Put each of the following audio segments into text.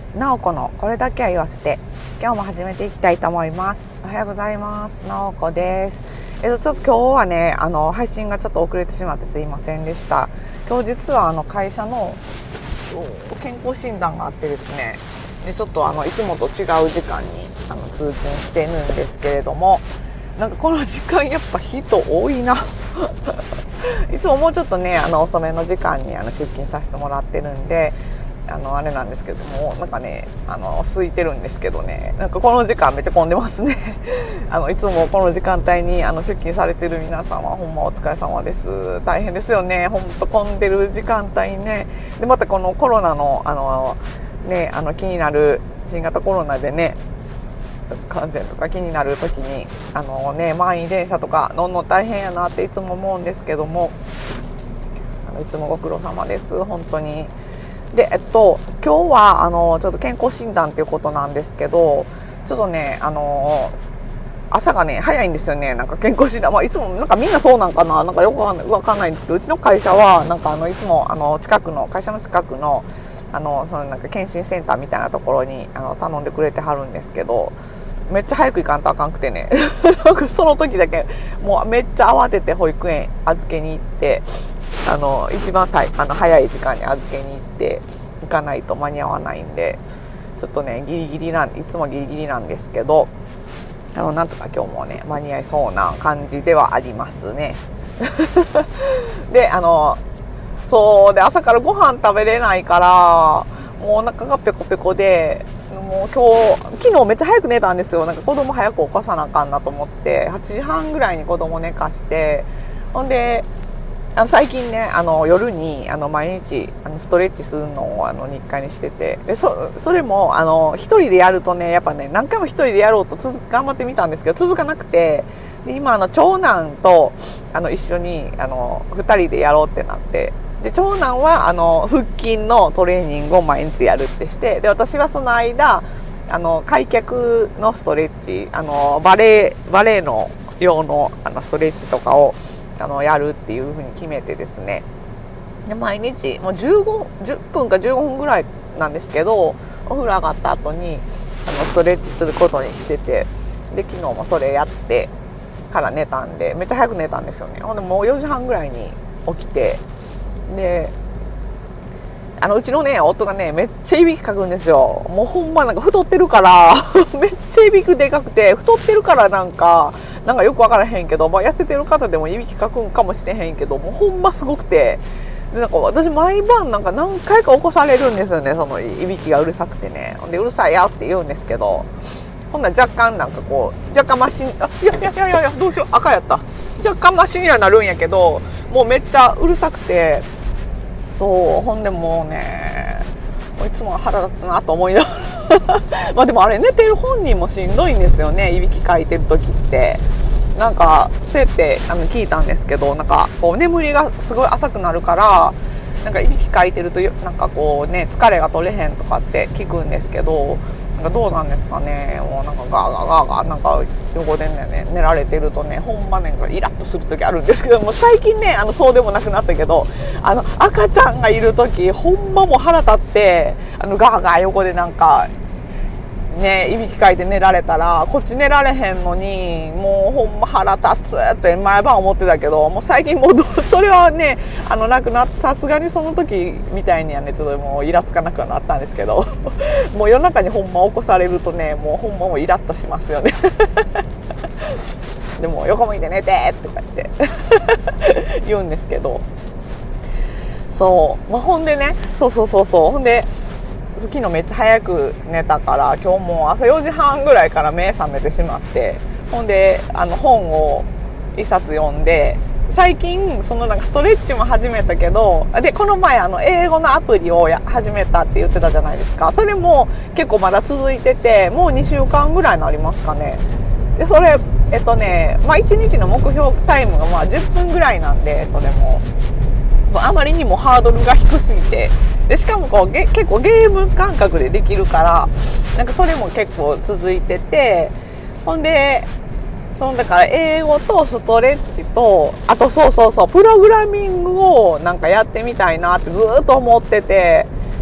なおこのこれだけは言わせて、今日も始めていきたいと思います。おはようございます。なおこです。ちょっと今日はね、配信がちょっと遅れてしまってすいませんでした。今日実は会社の健康診断があってですね、でちょっといつもと違う時間に通勤してるんですけれども、なんかこの時間やっぱ人多いな。いつももうちょっとね遅めの時間に出勤させてもらってるんで、あれなんですけども、なんかね空いてるんですけどね、なんかこの時間めっちゃ混んでますね。いつもこの時間帯に出勤されてる皆さんはほんまお疲れ様です。大変ですよね、ほんと混んでる時間帯ね。でまたこのコロナの気になる新型コロナでね感染とか気になる時に満員電車とか乗んの大変やなっていつも思うんですけども、いつもご苦労様です本当に。で今日はちょっと健康診断ということなんですけど、ちょっとね朝がね早いんですよね。なんか健康診断、いつもなんかみんなそうなんかな、なんかよくわかんないんですけど、うちの会社はなんかいつも会社の近くのそのなんか検診センターみたいなところに頼んでくれてはるんですけど、めっちゃ早く行かんとあかんくてね。なんかその時だけもうめっちゃ慌てて保育園預けに行って、一番早い時間に預けに行って行かないと間に合わないんで、ちょっとねいつもギリギリなんですけど、なんとか今日もね間に合いそうな感じではありますね。でそうで朝からご飯食べれないからもうお腹がペコペコで、もう昨日めっちゃ早く寝たんですよ。なんか子供早く起こさなあかんなと思って8時半ぐらいに子供寝かして、ほんで最近ね夜に毎日ストレッチするのを日課にしてて、でそれも一人でやるとねやっぱね何回も一人でやろうと頑張ってみたんですけど続かなくて、で今長男と一緒に2人でやろうってなって、で長男は腹筋のトレーニングを毎日やるってして、で私はその間開脚のストレッチバレエの用のストレッチとかをやるっていう風に決めてですね、で毎日もう10分か15分ぐらいなんですけど、お風呂上がった後にストレッチすることにしてて、で昨日もそれやってから寝たんでめっちゃ早く寝たんですよね。ほんでもう4時半ぐらいに起きて、でうちのね夫がねめっちゃいびきかくんですよ。もうほんまなんか太ってるからめっちゃいびきでかくて、太ってるからなんかよく分からへんけど、痩せてる方でもいびきかくんかもしれへんけど、もうほんますごくて、でなんか私毎晩なんか何回か起こされるんですよね、そのいびきがうるさくてね。でうるさいやって言うんですけど、ほんなら若干マシにいやどうしよう赤やった、若干マシにはなるんやけど、もうめっちゃうるさくて、そうほんでもうねいつも腹立つなと思いながらでもあれ寝てる本人もしんどいんですよね、いびきかいてる時って。なんかそうやって聞いたんですけど、なんかこう眠りがすごい浅くなるから、なんかいびきかいてるとなんかこうね疲れが取れへんとかって聞くんですけど、なんかどうなんですかね。もうなんかガーガーガーガーなんか横でね寝られてるとねほんまねイラッとする時あるんですけども、最近ねそうでもなくなったけど、赤ちゃんがいる時ほんまもう腹立って、ガーガー横でなんかねいびきかいて寝られたらこっち寝られへんのにもうほんま腹立つって毎晩思ってたけど、もう最近もうそれはねなくなって、さすがにその時みたいにはねちょっともうイラつかなくなったんですけどもう夜中にほんま起こされるとねもうほんまもうイラッとしますよね。でも横向いて寝てって言って言うんですけど、そう、ほんでねそうほんで昨日めっちゃ早く寝たから今日も朝4時半ぐらいから目覚めてしまって、ほんで本を一冊読んで、最近そのなんかストレッチも始めたけど、でこの前英語のアプリを始めたって言ってたじゃないですか。それも結構まだ続いてて、もう2週間ぐらいになりますかね。でそれ1日の目標タイムが10分ぐらいなんで、それもあまりにもハードルが低すぎて、でしかも結構ゲーム感覚でできるから、なんかそれも結構続いてて、ほんでだから英語とストレッチと、あとプログラミングをなんかやってみたいなってずっと思ってて、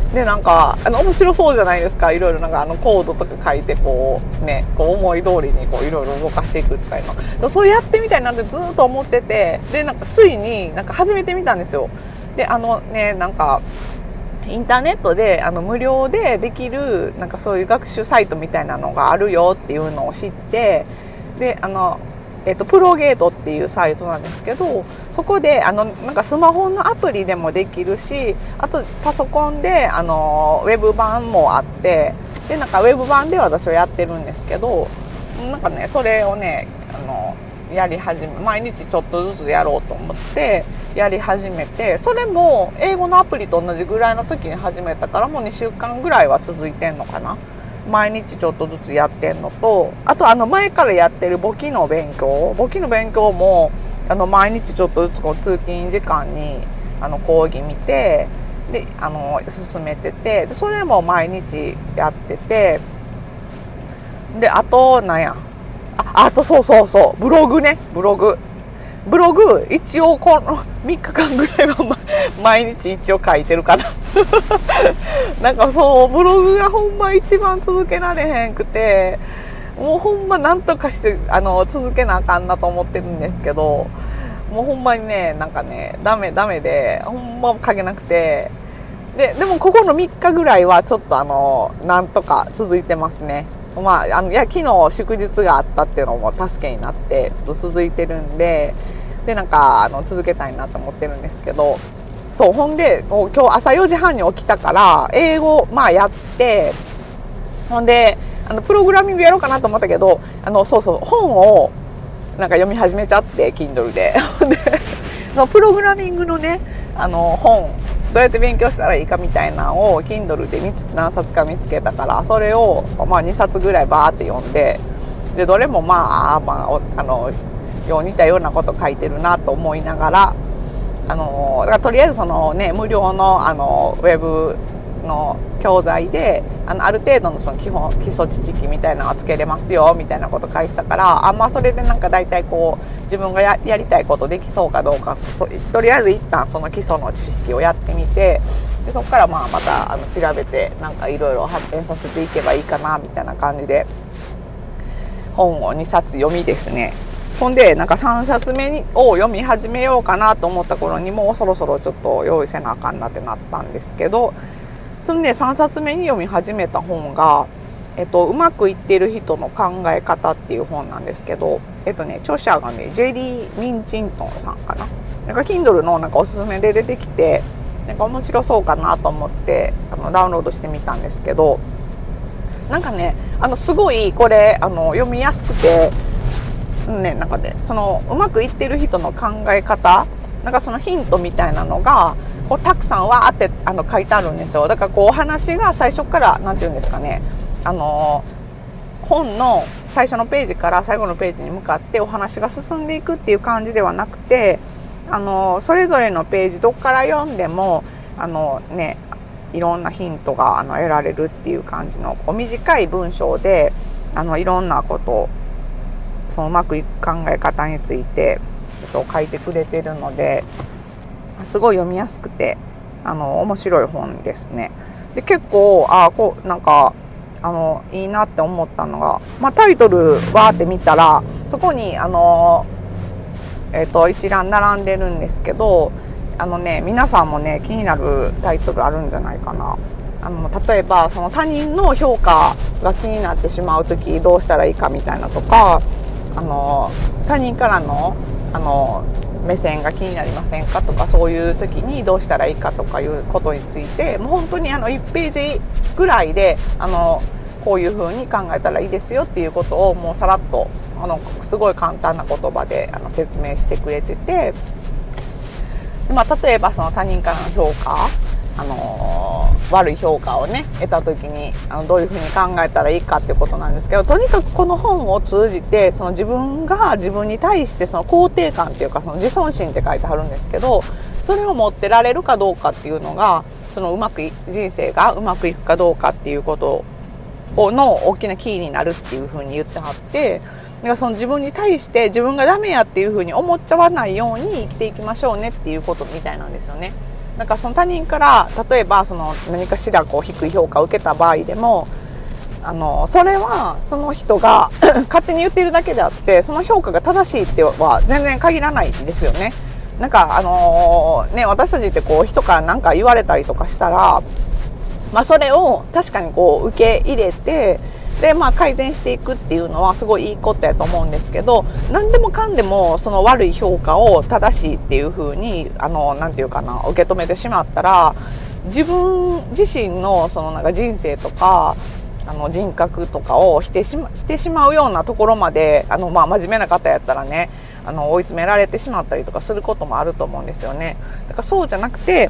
でなんか面白そうじゃないですか。いろいろなんかコードとか書いてこうねこう思い通りにこういろいろ動かしていくっていうの、そうやってみたいなってずっと思ってて、でなんかついになんか始めてみたんですよ。でなんかインターネットで無料でできるなんかそういう学習サイトみたいなのがあるよっていうのを知って、でプロゲートっていうサイトなんですけど、そこでなんかスマホのアプリでもできるし、あとパソコンでウェブ版もあって、でなんかウェブ版で私はやってるんですけど、なんかねそれをねやり始め、毎日ちょっとずつやろうと思ってやり始めて、それも英語のアプリと同じぐらいの時に始めたからもう2週間ぐらいは続いてんのかな。毎日ちょっとずつやってんのと、あと前からやってる簿記の勉強も毎日ちょっとずつこう通勤時間に講義見て、で進めてて、でそれも毎日やってて、であとあとそうブログ一応この3日間ぐらいは毎日一応書いてるかななんかそうブログがほんま一番続けられへんくて、もうほんまなんとかして続けなあかんなと思ってるんですけど、もうほんまにねなんかねダメでほんま書けなくて、でもここの3日ぐらいはちょっとなんとか続いてますね。まあいや昨日祝日があったっていうのも助けになってちょっと続いてるんで、なんか続けたいなと思ってるんですけど、そうほんで今日朝4時半に起きたから英語やって、ほんでプログラミングやろうかなと思ったけど本をなんか読み始めちゃって Kindle ででそのプログラミングのね本どうやって勉強したらいいかみたいなのを Kindle で何冊か見つけたから、それを2冊ぐらいバーって読んで、でどれも似たようなこと書いてるなと思いながら、だからとりあえずそのね無料のウェブの教材である程度のその基礎知識みたいなのをつけれますよみたいなこと書いてたから、それでなんか大体こう自分が やりたいことできそうかどうか、とりあえず一旦その基礎の知識をやってみて、でそこからまた調べてなんかいろいろ発展させていけばいいかなみたいな感じで本を2冊読みですね。ほんでなんか3冊目を読み始めようかなと思った頃にもうそろそろちょっと用意せなあかんなってなったんですけど、そのね3冊目に読み始めた本が、うまくいってる人の考え方っていう本なんですけど、著者がねジェリー・ミンチントンさんかな。なんか Kindle のなんかおすすめで出てきて、なんか面白そうかなと思ってダウンロードしてみたんですけど、なんかねすごいこれ読みやすくてね、なんかねそのうまくいってる人の考え方、なんかそのヒントみたいなのがこうたくさんわーって書いてあるんですよ。だからこうお話が最初からなんていうんですかね、本の最初のページから最後のページに向かってお話が進んでいくっていう感じではなくて、それぞれのページどっから読んでもいろんなヒントが得られるっていう感じのこう短い文章でいろんなことそのうまくいく考え方について書いてくれてるので、すごい読みやすくて面白い本ですね。で結構なんかいいなって思ったのが、タイトルわーって見たらそこに一覧並んでるんですけど、皆さんもね気になるタイトルあるんじゃないかな。例えばその他人の評価が気になってしまうときどうしたらいいかみたいなとか、他人からの目線が気になりませんかとか、そういう時にどうしたらいいかとかいうことについてもう本当に1ページぐらいでこういう風に考えたらいいですよっていうことをもうさらっとすごい簡単な言葉で説明してくれてて、例えばその他人からの評価、悪い評価をね得た時にどういうふうに考えたらいいかっていうことなんですけど、とにかくこの本を通じてその自分が自分に対してその肯定感っていうかその自尊心って書いてあるんですけど、それを持ってられるかどうかっていうのがその人生がうまくいくかどうかっていうことの大きなキーになるっていうふうに言ってはって、だからその自分に対して自分がダメやっていうふうに思っちゃわないように生きていきましょうねっていうことみたいなんですよね。 なんかその他人から例えばその何かしらこう低い評価を受けた場合でもそれはその人が勝手に言っているだけであってその評価が正しいっては全然限らないですよね。なんか私たちってこう人から何か言われたりとかしたら、それを確かにこう受け入れてで、改善していくっていうのはすごいいいことやと思うんですけど、何でもかんでもその悪い評価を正しいっていう風になんていうかな、受け止めてしまったら自分自身のそのなんか人生とか人格とかを否定してしまうようなところまで真面目な方やったらね追い詰められてしまったりとかすることもあると思うんですよね。だからそうじゃなくて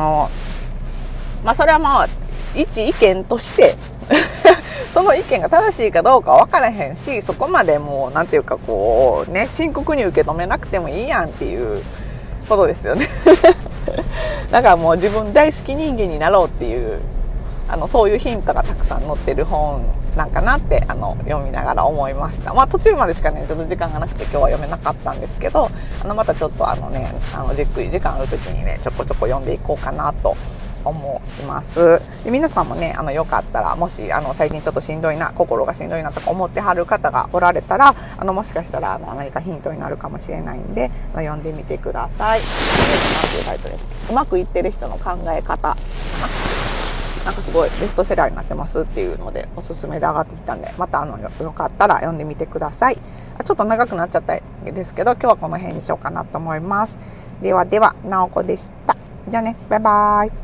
それは一意見としてその意見が正しいかどうかは分からへんし、そこまでもうなんていうかこうね深刻に受け止めなくてもいいやんっていうことですよねだからもう自分大好き人間になろうっていうそういうヒントがたくさん載ってる本なんかなって読みながら思いました。途中までしかねちょっと時間がなくて今日は読めなかったんですけどまたちょっとじっくり時間ある時にねちょこちょこ読んでいこうかなと思います。で皆さんもねよかったらもし最近ちょっとしんどいな心がしんどいなとか思ってはる方がおられたらもしかしたら何かヒントになるかもしれないんで読んでみてください。なんていうタイトルです。うまくいってる人の考え方なんかすごいベストセラーになってますっていうのでおすすめで上がってきたんでまたよかったら読んでみてください。ちょっと長くなっちゃったんですけど今日はこの辺にしようかなと思います。ではでは、なおこでした。じゃあね、バイバーイ。